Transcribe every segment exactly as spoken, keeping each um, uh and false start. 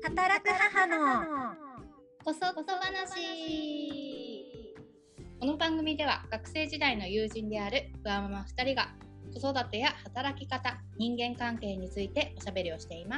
働く母のこそっと話。この番組では学生時代の友人であるふわママふたりが子育てや働き方、人間関係についておしゃべりをしています。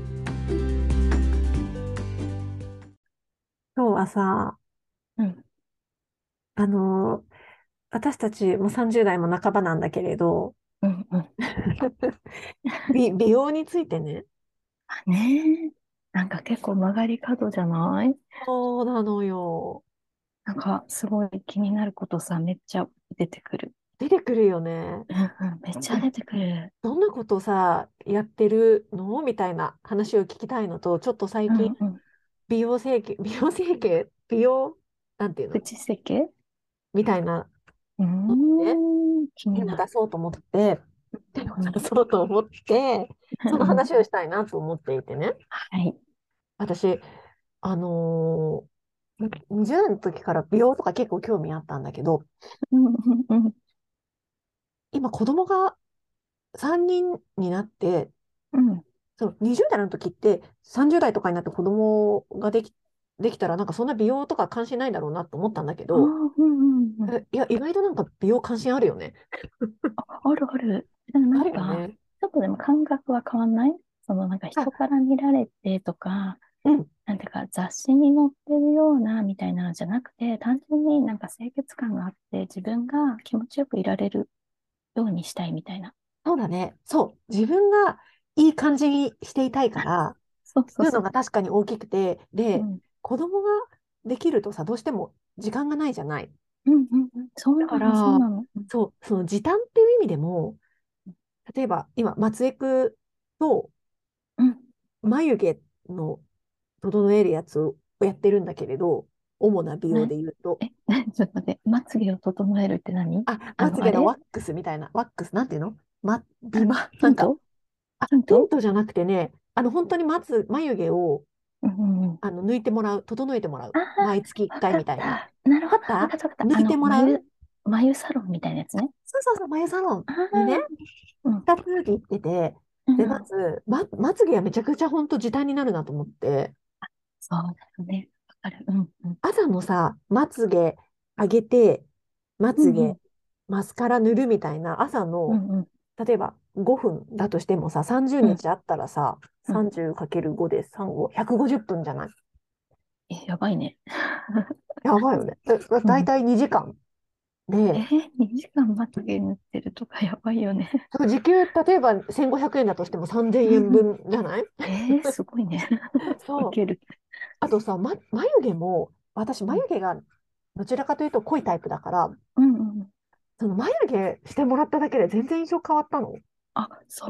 今日はさ、 うん、 あのー私たちもさんじゅう代も半ばなんだけれど、 うんうん。 美、美容についてね。 あねえ、なんか結構曲がり角じゃない？ そうなのよ。 なんかすごい気になることさ、めっちゃ出てくる。 出てくるよね。 うんうん、めっちゃえ、 出てくる。 どんなことさ、やってるのみたいな話を聞きたいのと、ちょっと最近、 うんうん。 美容整形、美容整形、美容、なんていうの口整形。 みたいなうーのね、 ん、気に手をなる。 出そうと思って、手をうんうん。 出そうと思って、その話をしたいなと思っていてね。 はい。 私、あのーにじゅう代の時から美容とか結構興味あったんだけど、 うんうんうん今子供がさんにんになって、 うん。 そのにじゅう代の時ってさんじゅう代とかになって子供ができ、できたらなんかそんな美容とか関心ないだろうなと思ったんだけああ、 ど、 うんうんうん。 えいや、意外となんか美容関心あるよね。 あ、あるある。でもなあんか、 るよね。 ちょっとでも感覚は変わんない？そのなんかあ、 人から見られてとか、 うん。 なんていうか雑誌に載ってるようなみたいなのじゃなくて、単純になんか清潔感があって自分が気持ちよくいられるようにしたいみたいな。 そうだね。そう。自分がいい感じにしていたいから、っていうのそうそうそう。 が確かに大きくて、で、 うん。 子供ができるとさ、どうしても時間がないじゃない。 うんうんうん。そうだかなの、そうら、 なの。うん。 そう、その時短っていう意味でも、例えば今、松江区とうん。 眉毛の整えるやつをやってるんだけれど、主な美容な、 で言うと、 え、ちょっと待って、まつげを整えるって何？ あ、 あの、あれまつげのワックスみたいな、ワックス、なんていうのま、 あ、 ビマ、なんか、 ティントあ、 ティント。 ティントじゃなくてね、あの、本当にまつ、眉毛を、 うんうんうん。 あの、抜いてもらう、整えてもらう。 あ毎月1 あ、わか回みたいな。 った。なるほど。 あったわかった、わかった。あ抜いての、 もらう眉、眉サロンみたいなやつね。 そうそうそう、眉サロンあにね、 あ、うん。 二つ行ってて、で、まうん。 ず、ま、まつげはめちゃくちゃ本当時短になるなと思って、 そうだよね。わかる。うん、うん。 朝のさ、まつげ上げて、まつげ、 うん、 マスカラ塗るみたいな朝の、 うん、うん、 例えばごふんだとしてもさ、30 うん、 日あったらさ、 うん。 さんじゅうかけるごでさんご、ひゃくごじゅっぷんじゃない？ え、やばいね。 やばいよね。だ、だうん。 だいたいにじかんで、 えー、にじかんまつげ塗ってるとかやばいよね。 その時給、例えばせんごひゃくえんだとしても3000 うん、うん。 円分じゃない？ えー、すごいね。ウそう。 ケる。 あとさ、ま、眉毛も、私、 うん、 眉毛がどちらかというと濃いタイプだから、 うん、うん。 その眉毛してもらっただけで全然印象変わったの。 あ、そう。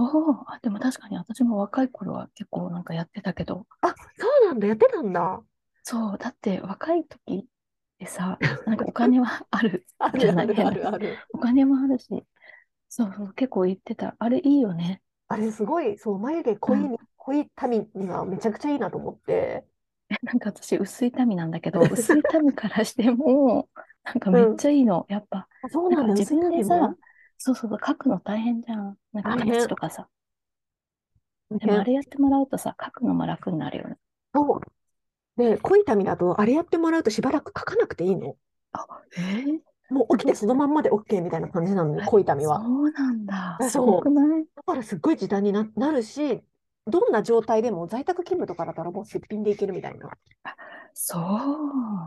あ、でも確かに私も若い頃は結構なんかやってたけど、 あ、そうなんだ、やってたんだ。 そう。だって若い時ってさ、なんかお金はあるあじゃない？ るあるあ変な。 るある。 お金もあるし、そうそう、結構言ってた。あれいいよね。 あれすごい、そう、眉毛濃いうん。 濃い民にはめちゃくちゃいいなと思って。 なんか私、薄い民なんだけど、薄い民からしても、なんかめっうん。 ちゃいいの。やっぱ、 あ、そうなんだ、 なんか自薄い分でさ、 民もそうそうそう、描くの大変じゃん。なんか大変。 形とかさ。 大変。 でもあれやってもらうとさ、描くのも楽になるよね。 そう。で、濃い民だと、あれやってもらうとしばらく書かなくていいの。 あ、えー、 もう起きてそのまんまで OK みたいな感じなのに、 あ、 濃い民そは。 うなんだ。 あ、 すごくそう。 ない？ だからすっごい時短にな、なるし、どんな状態でも在宅勤務とかだったらもうすっぴんでいけるみたいなあ、そう。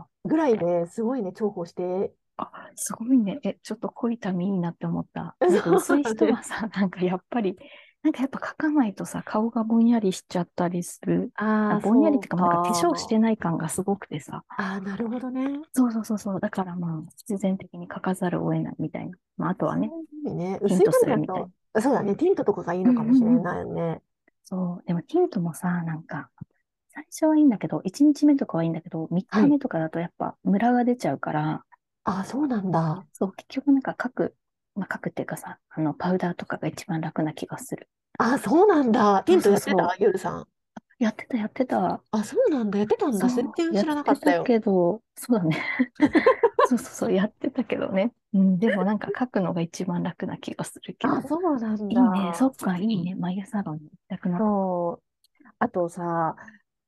ぐらいですごいね、重宝して。 あ、すごいね。え、ちょっと濃い民いいなって思った。なんかそう薄いだね。 人はさ、なんかやっぱり、なんかやっぱ描かないとさ、顔がぼんやりしちゃったりする。あ、 ああ、 ぼんやりっそうていうかもうなんか化粧してか。 ない感がすごくてさ。 ああ、なるほどね。 そうそうそうそう。だからまあ、必然的に描かざるを得ないみたいな。まあ、あとはね、 そういう意味ね。薄いティントするみたいな。 髪だと、そうだね、ティントとかがいいうんのかもしれうんうん。 ないよね。 そう。でもティントもさ、なんか、最初はいいんだけど、いちにちめとかはいいんだけど、3 はい。 日目とかだとやっぱムラが出ちゃうから、 ああ、そうなんだ。 そう、結局なんか描く、まあ、描くっていうかさ、あの、パウダーとかが一番楽な気がする。 ああ、そうなんだ。テそうィントやってそうそたゆうさん？ う。やってた、やってた。 あ、そうなんだ。やってたんだ。全そう、やっ然知らなかてたったよ。 けど、そうだね。そうそうそう、やってたけどね。うん、でもなんか描くのが一番楽な気がするけあ、 ど。 そうなんいいね、そだ。 っか、いいね。眉サロンに行きたくなった。 そう。あとさ、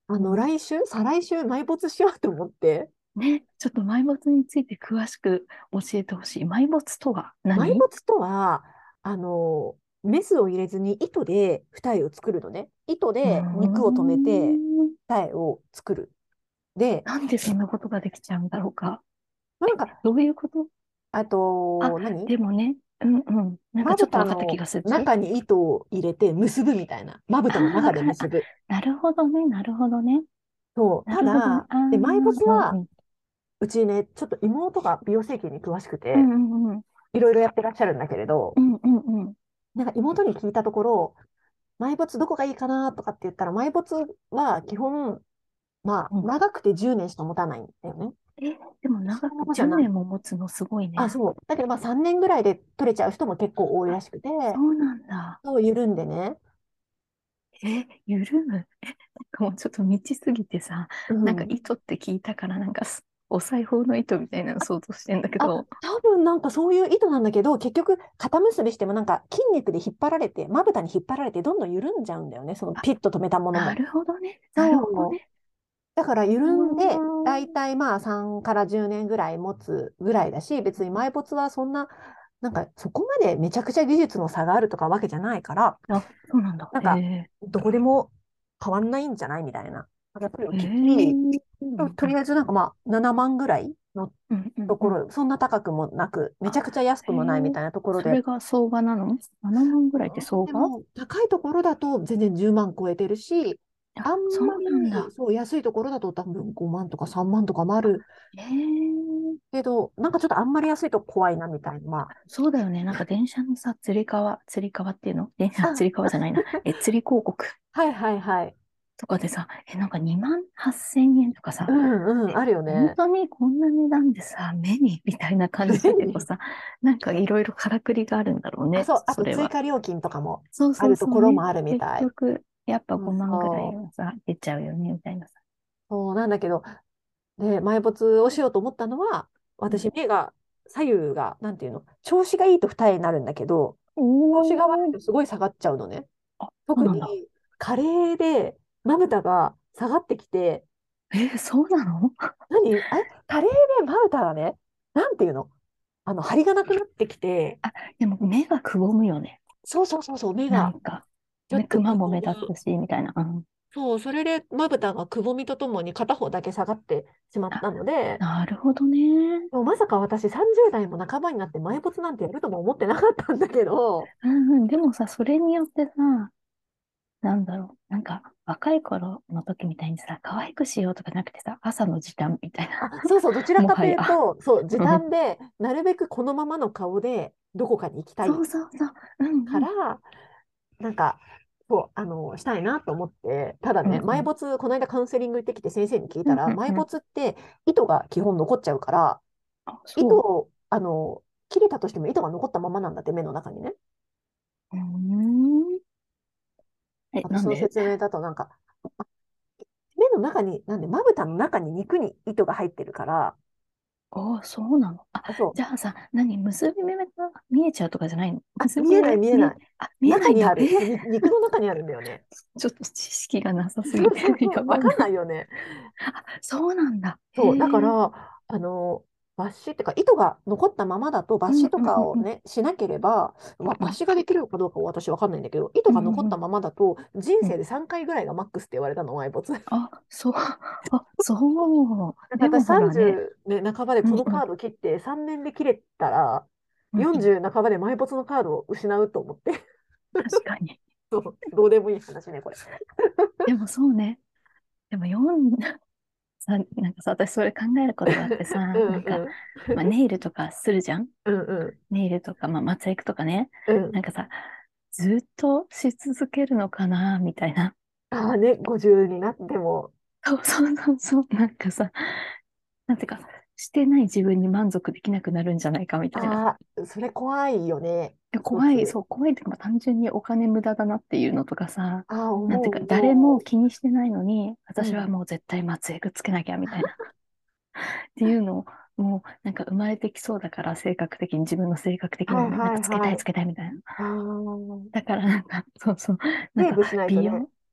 あの、 うん。 来週、再来週、埋没しようと思って、 ね、ちょっと埋没について詳しく教えてほしい。埋没とは埋何？ 没とは、あの、メスを入れずに糸で二重を作るのね。糸うーで肉を止めてん。 二重を作る。で、 なんでそんなことができちゃうんだろうか。 まあ、なんか、 どういうこと？ ああ、 と、何でもね、うんうん。なんかまぶちょっと分かった気たのがする。え、 中に糸を入れて結ぶみたいな。まぶああ、わたの中でかる。あ、 結ぶ。 なるほどね、なるほどね。 そう。 なるほどね。 ただ、 ああ、 で、埋没は、 うんうん。 うちね、ちょっと妹が美容整形に詳しくて、 うんうんうん。 いろいろやってらっしゃるんだけれど、 うんうんうん。 なんか妹に聞いたところ、埋没どこがいいかなとかって言ったら、埋没は基本、まあ、 うん。 長くてじゅうねんしか持たないんだよね。 え、でもそういう長く10 ものじゃない。 年も持つのすごいあ、 ね。 そう。だけど、まあ、さんねんぐらいで取れちゃう人も結構多いらあ、 しくて、 そうなんだ。 そう緩んでね。 え、緩む。え、なんかもうちょっと未知すぎてさ、 うなんかん。 糸って聞いたから、なんかすお裁縫の糸みたいなの想像してんだけあ、 ど、 多分なんかそういう意図なんだけど、結局、肩結びしてもなんか筋肉で引っ張られて、まぶたに引っ張られて、どんどん緩んじゃうんだよね。そのあ、 ピッと止めたものも。 なるほどね。なるほどそう。 ね。 だからうー緩んで、だいん。 たいまあさんからじゅうねんぐらい持つぐらいだし、別に埋没はそんな、なんかそこまでめちゃくちゃ技術の差があるとかわけじゃないから、 あ、そうなんだ。へなんかえ。 どこでも変わんないんじゃないみたいな。やっぱりへ聞き、 え。うんうん。 とりあえずなんかまあななまんぐらいのうんうんうん。 ところ、そんな高くもなく、めちあ、 ゃくちゃ安くへえ。 もないみたいなところで、 それが相場なの？ なな 万ぐらいって相場？ でも高いところだと全然じゅうまん超えてるし、 あ、 あんそまうなんりだ。 そう安いところだと多分ごまんとかさんまんとかもあるへえ。 けど、なんかちょっとあんまり安いと怖いなみたいな。まそうだよね。なんか電車のさ、つり革、つり革っていうの？電車、 あ、 つり革じゃないな。え、釣り広告はいはいはい。 とかでさ、え、なんかにまんはっせんえんとかうさ、 んうん、あるよ本ね。 当にこんな値段でさ、目にみたいな感じだけどさ、なんかいろいろからくりがあるんだろうあ、 ね、 そう、あと追それは。 加料金とかもそうそうあるとそうね。 ころもあるみ結たい。 局、やっぱそうごまんぐらいそう。 はさ、出ちゃうよね、みたいなさ。 そうなんだけど、で、埋没をしようと思ったのは、 うん、 私、目が、左右が、なんていうの、調子がいいと二重になるんだけど、調子が悪いおー。 とすごい下がっちゃうのね。 あ、そうなんだ。 特に、加齢で、まぶたが下がってきて、 えーそうなの？ 何あれ加齢でまぶたがね、なんていうのあの、張りがなくなってきて、 あ、でも目がくぼむよね。 そうそうそうそう、目が、 なんか、ね、 ちょっとクマも目くぼむ。 立つし、みたいな。うん。 そう、それでまぶたがくぼみとともに片方だけ下がってしまっあ、 たので、 なるほどね。 もうまさか私さんじゅう代も半ばになって埋没なんてやるとも思ってなかったんだけど、 うんうん。でもさ、それによってさ、なんだろう。なんか、若い頃の時みたいにさ、可愛くしようとかなくてさ、朝の時短みたいな。 あ、そうそう、どちらかともはや。 いうと、そう、時うん。 短で、なるべくこのままの顔でどこかに行きたいそうそうそう。うんうん。 から、なんか、そう、あの、したいなと思って、ただね、 うんうん。 埋没、この間カウンセリング行ってきて先生に聞いうたら、埋んうんうん。 没って糸が基本残っちゃうから、 あ、そ糸を、あの、切れたとしても糸が残ったままなんだって、目の中にね。 う。うーん。え、な私んで？ の説明だとなんか、目の中に、なんで、まぶたの中に肉に糸が入ってるから、 ああ、そうなの。あ、 あ、そう、 じゃあさ、何結び目が見えちゃうとかじゃないの？ あ、 結び見えない目見え、 見えない。 あ、見えないんだ。えー、 中にある。に肉の中にあるんだよね。 ちょっと知識がなさすぎてそうそうやそう、わかんなばいな。 いよね。 あ、そうなんだ。へそう、だかえ。 ら、あの、抜歯っていうか、糸が残ったままだと、抜うん歯とうんうんうん。 かをね、しなければ、わうん抜歯ができるのかどうかは私わかんないんだけど、糸うんうんうん。 が残ったままだと、人うん。 生でさんかいぐらいがマックスって言われたの、埋没。だかあ、そう、あ、そう。でもら私ほらね、 さんじゅう、ね、半ばでうんうん。 このカード切ってさんねんで切れたら、 うんうん。 よんじゅう半ばで埋没のカードを失うと思って。 確かに。 そう、どうでもいい話ね、これ。 でもそうね。でもよん、さ、なんかさ、私それ考えることがあってうさ、なんか、 んうん。 まあ、ネイルとかするじゃん。 うんうネイルとか、まあ、松江区とかね。 ん。うん。 なんかさ、ずっとし続けるのかな、みたいな。 ああね、ごじゅうになっても。 そうそうそうそう。なんかさ、なんていうか、してない自分に満足できなくなるんじゃないか、みたいな。 ああ、それ怖いよね。 え怖い、 一つ。 そう、怖いっていうか、まあ単純にお金無駄だなっていうのとかさ、 ああ、思うなんていうか、誰も思気にしてないのに、 う。うん。 私はもう絶対松江区つけなきゃ、みたいな。っていうのを、もうなんか生まれてきそうだから、性格的に、自分の性格的にもね、なんはいはかつけたい、 いはい。 つけたいみたいな。 ああ、 だからなんか、そうそう、なんかセーブしないと美容、 ね。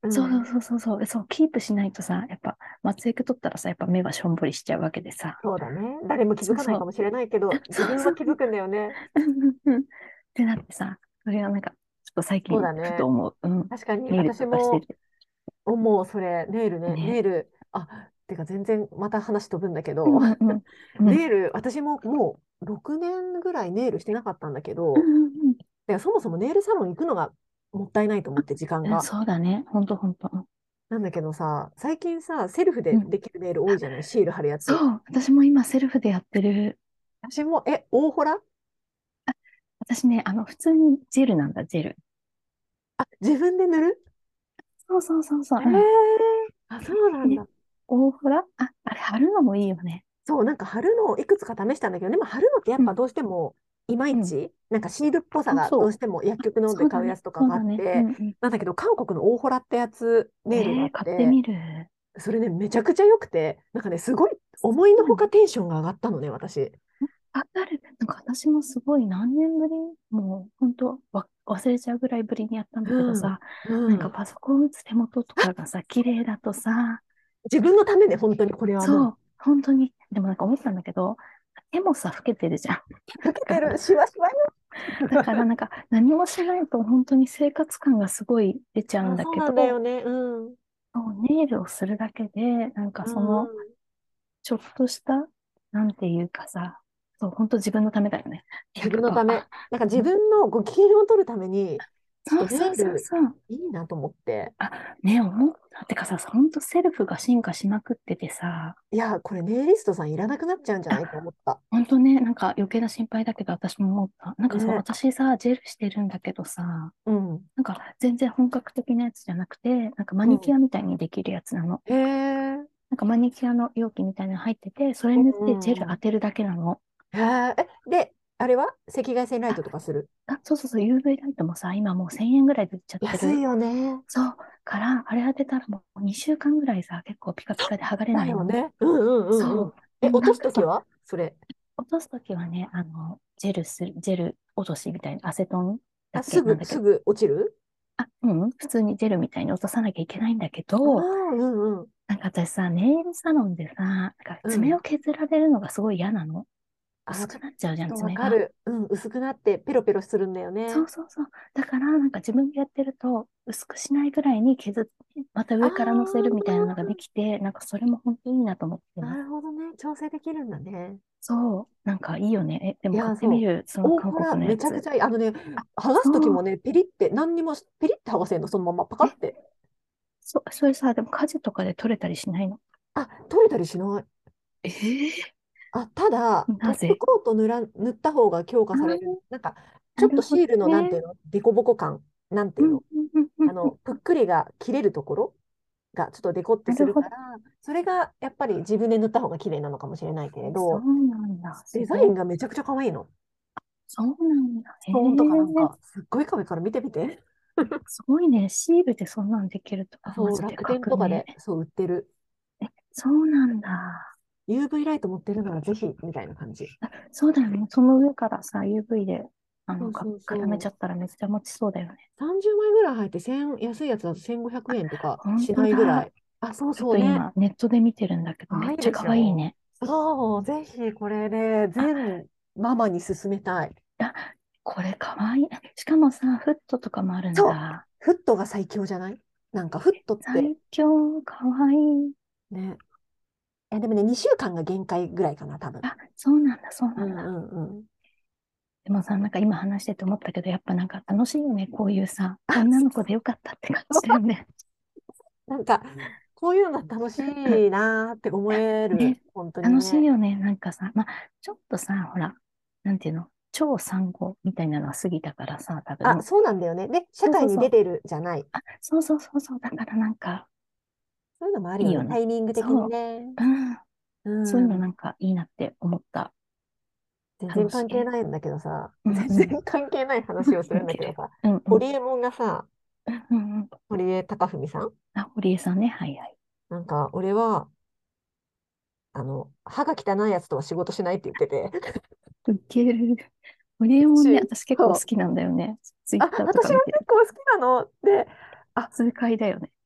うそうんそうそうそう、そう、キープしないとさ、やっぱ、松江区取ったらさ、やっぱ目はしょんぼりしちゃうわけでさ。 そうだね。誰も気づそうそう。 かないかもしれないけど、自そうそう。 分は気づくんだよね。 うんうんうんってなってさ、それはなんか、ちょっと最そう近、 だね。 ふと思う。うん。 確かに、 ネイルとかして私もて。 思う、それ、ネイルね、ネね。 イル、あ、てか全然また話飛ぶんだけど、 うんうんうん。うんネイル、私ももうろくねんぐらいネイルしてなかったんだけど、 うんうんでそもそもネイルサロン行くのがもったいないと思って、時間うん。 が。 そうだね。ほんとほんと。 なんだけどさ、最近さ、セルフうん。 でできるネイル多いじゃない、シール貼るやつ。 そう。私も今セルフでやってる。 私も、え、大ホラ私ね、あの、普通にジェルなんだ、ジェル。 あ、自分で塗るそうそうそうそう。 えうん。 ー、あ、そうなんで、 だ。 大フラあ、あれ貼るのもいいよね。 そう、なんか貼るのをいくつか試したんだけど、でも貼るのってやっうん。 ぱどうしてもいまうん。 いち、なんかシールっぽさあ、 がどうしそう。 ても薬局ので買うやそうだね。 つとかがあそうだね。うって、 んうん。 なんだけど韓国の大ホラってやつ、ネイルがあえー、 って、 買ってみる。 それね、めちゃくちゃ良くて、なんかね、すごい思いのほかそうね。 テンションが上がったのね、私。 わかる。なんか私もすごい何年ぶりもう本当わ忘れちゃうぐらいぶりにやったんだけどうん、 さ、なんうん。 かパソコン打つ手元とかがさ、綺麗だとさ、 自分のためね、本当にこれはもう、 そう、本当に、でもなんか思ったんだけど、手もさ、老けてるじゃん。 老けだから、 てる、しわしわよ。 だからなんか何もしないと本当に生活感がすごい出ちゃうんあ、 だそうなんだよけど、 ね。うん。うんそうネイルをするだけで、なんかうその、 ん。 ちょっとした、なんていうかさ、そう、本当自分のためだよね。な自んかこう、 分のため。 あ、 なんか自うん分のご機嫌を取るために、ちょっとそうそうネイルそうそう。 いいなと思って。 あ、ね、思った。てかさ、ほんとセルフが進化しまくっててさ、 いや、これネイリストさんいらなくなっちゃうんじゃないと思った。 ほんとね、なんか余計な心配だけど、私も思った。なんかそう、 ね。 私さ、ジェルしてるんだけどさ、 うん。 なんか全然本格的なやつじゃなくて、なんかマニキュうん。 アみたいにできるやつなの。 へえ。 なんかマニキュアの容器みたいなの入ってて、それう塗ってジェルんうんうん。 当てるだけなの。 へえ。え、で、あれは赤外線ライあ、 トとかする？ あ、そうそうそう、ユーブイ ライトもさ、今もうせんえんぐらいで売っちゃって安いる。 よね。 そう。から、あれ当てたらもうにしゅうかんぐらいさ、結構ピカピカで剥がれないの。 だよね。うんうんうんうん。 そう。でえ、 も落となんかさ、 すときはそれ？ 落とすときはね、あの、ジェルする、ジェル落としみたいな、アセトンだあ、 っけすぐ、 なんだっけど。 すぐ落ちる？ あ、うん、普通にジェルみたいに落とさなきゃいけないんだけああー、 ど、 うんうん。 なんか私さ、ネイルサロンでさ、なんかうん。 爪を削られるのがすごい嫌なの。 あー、 薄ちょっくなっちゃうじゃん、 とわ爪が。 かる。うん、薄くなってペロペロするんだよね。 そうそうそう。だから、なんか自分でやってると、薄くしないぐらいに削って、またあ上から乗せるみたいなのがであ、 きて、なんかそれも本当にいいなと思って。 なるほどね。調整できるんだね。 そう、なんかいいよね。え、でも買っいや、そう。 てみる、その韓大ホラ、 国のやつ。 めちゃくちゃいい。あのね、 あ、 剥がすときもそう。 ね、ペリって、何にも、ペリって剥がせんの、そのままパカえ、 って。 そ、それさ、でも家事とかで取れたりしないの？ あ、取れたりしない。 えー、 あ、ただ、トップなぜ？ コート塗ら、塗った方が強化あされる。 あなんか、 ー、 ちょっとなるほどシールの、なんていうね。 の、デコボコ感、なんてうん、 いうの、 うん、うん、うん。うんあの、ぷっくりが切れるところが、ちょっとデコってなるほど。 するから、それが、やっぱり自分で塗った方が綺麗なのかもしれないけれど、 そうなんだ。すデザイごい。 ンがめちゃくちゃ可愛いの。 そうなんだ。へストーンとかなんえ。 か、すっごい可愛いから見てみて。 すごいね。シールでそんなんできるとか、マそう、 ジで楽天革命。 とかで、そう、売ってる。 え、そうなんだ。 ユーブイ ライト持ってるならぜひ、みたいな感じ。 あ、そうだよね。その上からさ、ユーブイ で、あの、か、 そうそう絡めちゃそう。 ったらめっちゃ持ちそうだよね。 さんじゅうまいぐらい入っていち安いやつだとせんごひゃくえんとか本し当だ。 ないぐらい。あ、そうちょっそうね。 と今、ネットで見てるんだけど、 可愛いめっちゃ可でしょ？ 愛いね。 そう、ぜひこれであ、 全ママに勧めたい。 あ、これ可愛い。しかもさ、フットとかもあるんそう、 だ。 フットが最強じゃない？なんかフットって、 最強、可愛い。 ね。え、でもね、にしゅうかんが限界ぐらいかな、多分。 あ、そうなんだ、そううんなんだ。 うんうん。 でもさ、なんか今話してて思ったけど、やっぱなんか楽しいよね。こういうさ、 あ、 女の子でよかったって感じだよね。 なんか、こういうの楽しいなーって思える。 ね、 本当に楽しいね。 よね。なんかさ、まあ、ちょっとさ、ほら、なんていうの、超産後みたいなのは過ぎたからさ、多あ、 分。 そうなんだよね。で、社そうそうそう。 会に出てるじゃない。 あ、そうそうそうそう。だからなんか、 そういうのもあるよね。タいいよね。 イミング的にそう。 ね。 うん。 うそういうのなん。 んかいいなって思った。 全然楽しい。 関係ないんだけどさ、全うんうん。 然関係ない話をするんいける。 だけどさ、 うんうん。 ホリエモンがさ、 うんうんうん。 堀江貴文さんあ、堀江さんね。はいはい。 なんか、俺は、あの、歯が汚いやつとは仕事しないって言ってて、 ウケる。堀江もんね、 私、 私結構そう。 構きなんだよね。ツイあ、 ッターと私はか見てる。 結構好きなの。で、あ、 痛快だよね。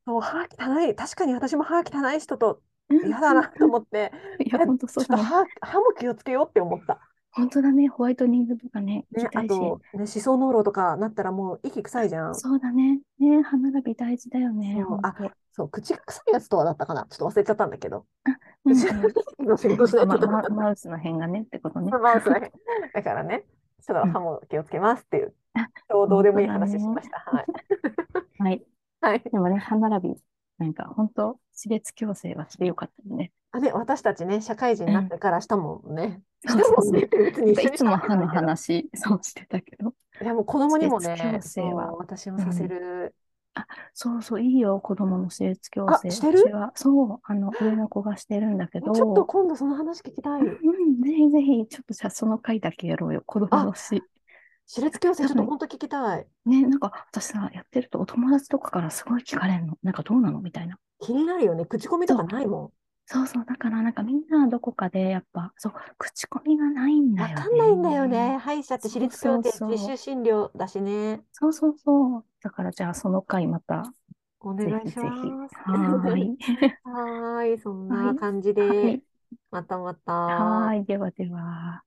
そう、歯汚い、確かに私も歯汚い人とうん嫌だなと思って、 いや、 え、 本当そうだね。 ちょっと歯、歯も気をつけようって思った。 本当だね。ホワイトニングとかね、行きね、 たいし。 あと、ね、歯槽膿漏とかなったらもう息臭いじゃん。 そうだね。ね、歯並び大事だよね。 そう、あ、 本当。 そう、口が臭いやつとはだったかな。ちょっと忘れちゃったんだけど。 あ、う口んうん。 の仕事しなあ、ま、 いとダメま、 だった。 マウスの辺がねってことね。 マウスはね。だからね、ちょっとうん。 歯も気をつけますっていう、 あ、 ちょうどう本でもいい当だね。 話しました。はい。 はい。 はい。 でもね、歯並び、なんか本当、歯列矯正はしてよかったよね。 あ、ね、私たちね、社会人にうん。 なってからしたもんね。しそうそうそう。 たもんねって別になんかい一緒にしたわつも歯のけじゃないけど。 話、そうしてたけど、 いや、もう子供歯にも列矯ね、 正は、 そう、私もさせうん。 る。 あ、そうそう、いいよ、子供の歯列矯あ、 正。 してる？ 私は、そう、あの、上の子がしてるんだけえ、ちょっとど、 今度その話聞きたい。 うん、ぜひぜひ、ちょっとじゃあその回だけやろうよ、子供あ、 の歯。 歯列矯正多分、 ちょっと本当聞きたい。 ね、なんか私さ、やってるとお友達とかからすごい聞かれるの。なんかどうなのみたいな。 気になるよね。口コミとそう、 かないもん。 そうそう。だからなんかみんなどこかでやっぱ、そう、口コミがないんだわよかんないんだよね。 ね。歯医者って歯そう列矯そう正自そう。 主診療だしね。 そうそうそう。だからじゃあその回また、ぜお願いしひぜひ。 ます。 はーい。 はーい、そんはい。 な感じで、 はい。 またまた。 はーい。ではでは。